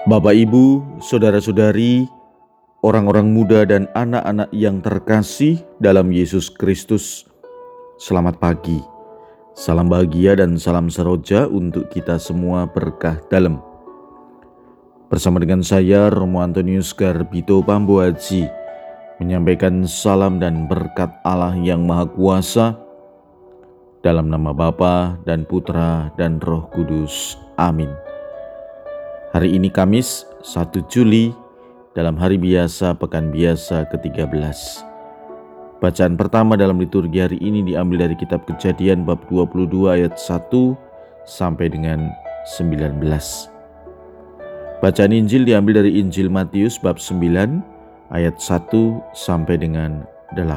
Bapak, Ibu, saudara-saudari, orang-orang muda dan anak-anak yang terkasih dalam Yesus Kristus, selamat pagi. Salam bahagia dan salam seroja untuk kita semua berkah dalam. Bersama dengan saya, Romo Antonius Garbito Pambuaji, menyampaikan salam dan berkat Allah yang Maha Kuasa, dalam nama Bapa dan Putra dan Roh Kudus. Amin. Hari ini Kamis 1 Juli dalam hari biasa pekan biasa ke-13. Bacaan pertama dalam liturgi hari ini diambil dari kitab Kejadian bab 22 ayat 1 sampai dengan 19. Bacaan Injil diambil dari Injil Matius bab 9 ayat 1 sampai dengan 8.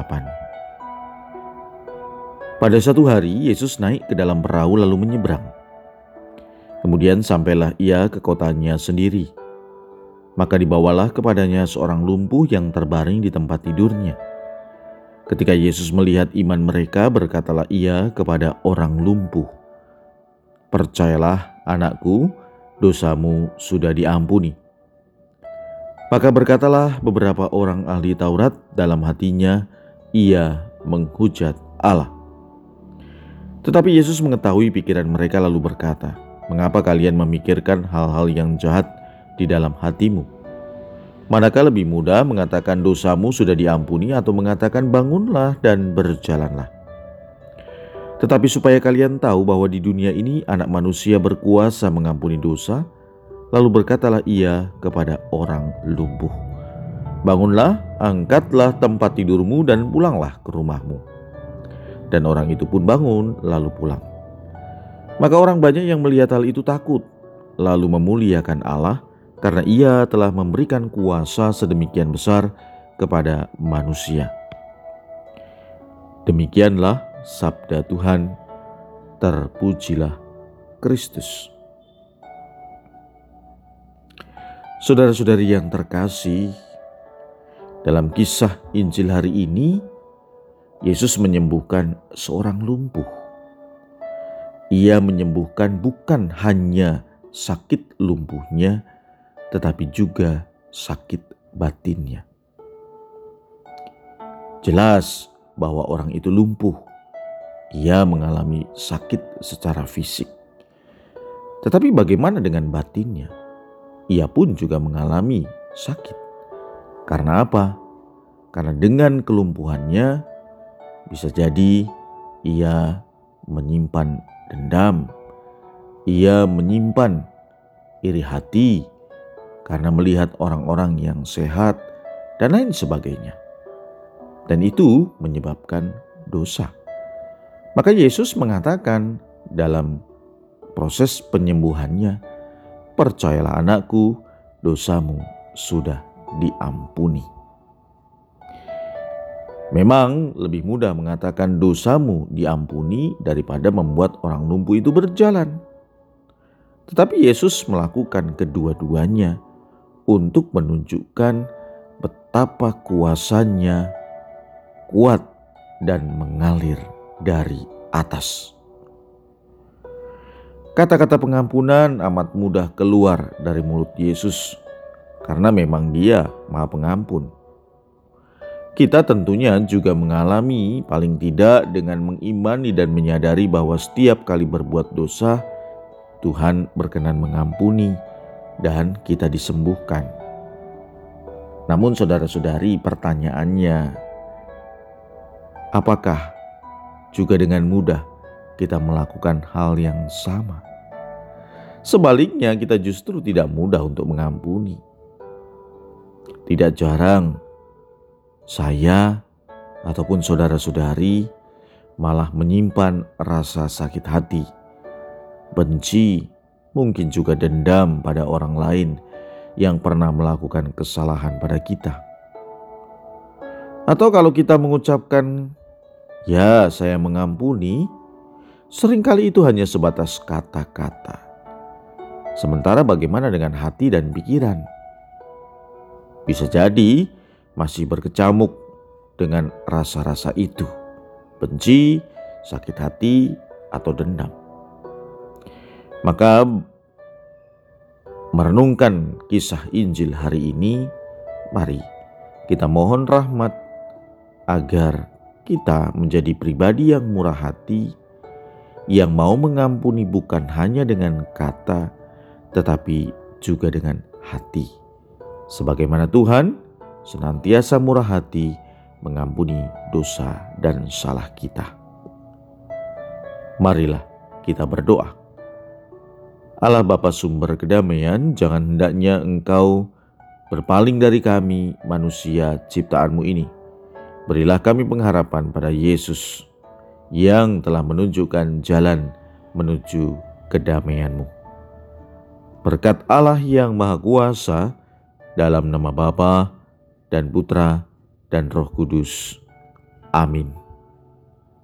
Pada satu hari Yesus naik ke dalam perahu lalu menyeberang. Kemudian sampailah ia ke kotanya sendiri. Maka dibawalah kepadanya seorang lumpuh yang terbaring di tempat tidurnya. Ketika Yesus melihat iman mereka, berkatalah ia kepada orang lumpuh, "Percayalah anakku, dosamu sudah diampuni." Maka berkatalah beberapa orang ahli Taurat dalam hatinya, ia menghujat Allah. Tetapi Yesus mengetahui pikiran mereka lalu berkata, "Mengapa kalian memikirkan hal-hal yang jahat di dalam hatimu? Manakah lebih mudah mengatakan dosamu sudah diampuni atau mengatakan bangunlah dan berjalanlah? Tetapi supaya kalian tahu bahwa di dunia ini anak manusia berkuasa mengampuni dosa." Lalu berkatalah ia kepada orang lumpuh, "Bangunlah, angkatlah tempat tidurmu dan pulanglah ke rumahmu." Dan orang itu pun bangun lalu pulang. Maka orang banyak yang melihat hal itu takut, lalu memuliakan Allah karena ia telah memberikan kuasa sedemikian besar kepada manusia. Demikianlah sabda Tuhan, terpujilah Kristus. Saudara-saudari yang terkasih, dalam kisah Injil hari ini, Yesus menyembuhkan seorang lumpuh. Ia menyembuhkan bukan hanya sakit lumpuhnya, tetapi juga sakit batinnya. Jelas bahwa orang itu lumpuh. Ia mengalami sakit secara fisik. Tetapi bagaimana dengan batinnya? Ia pun juga mengalami sakit. Karena apa? Karena dengan kelumpuhannya bisa jadi ia menyimpan dendam, ia menyimpan iri hati karena melihat orang-orang yang sehat dan lain sebagainya. Dan itu menyebabkan dosa. Maka Yesus mengatakan dalam proses penyembuhannya, "Percayalah anakku, dosamu sudah diampuni." Memang lebih mudah mengatakan dosamu diampuni daripada membuat orang lumpuh itu berjalan. Tetapi Yesus melakukan kedua-duanya untuk menunjukkan betapa kuasanya kuat dan mengalir dari atas. Kata-kata pengampunan amat mudah keluar dari mulut Yesus karena memang Dia Maha Pengampun. Kita tentunya juga mengalami, paling tidak dengan mengimani dan menyadari bahwa setiap kali berbuat dosa, Tuhan berkenan mengampuni dan kita disembuhkan. Namun saudara-saudari, pertanyaannya, apakah juga dengan mudah kita melakukan hal yang sama? Sebaliknya, kita justru tidak mudah untuk mengampuni. Tidak jarang saya ataupun saudara-saudari malah menyimpan rasa sakit hati, benci, mungkin juga dendam pada orang lain yang pernah melakukan kesalahan pada kita. Atau kalau kita mengucapkan, "Ya, saya mengampuni," seringkali itu hanya sebatas kata-kata. Sementara bagaimana dengan hati dan pikiran? Bisa jadi masih berkecamuk dengan rasa-rasa itu, benci, sakit hati, atau dendam. Maka merenungkan kisah Injil hari ini, mari kita mohon rahmat agar kita menjadi pribadi yang murah hati, yang mau mengampuni bukan hanya dengan kata, tetapi juga dengan hati. Sebagaimana Tuhan senantiasa murah hati mengampuni dosa dan salah kita. Marilah kita berdoa. Allah Bapa sumber kedamaian, jangan hendaknya Engkau berpaling dari kami manusia ciptaan-Mu ini. Berilah kami pengharapan pada Yesus yang telah menunjukkan jalan menuju kedamaian-Mu. Berkat Allah yang Maha Kuasa, dalam nama Bapa dan Putra dan Roh Kudus. Amin.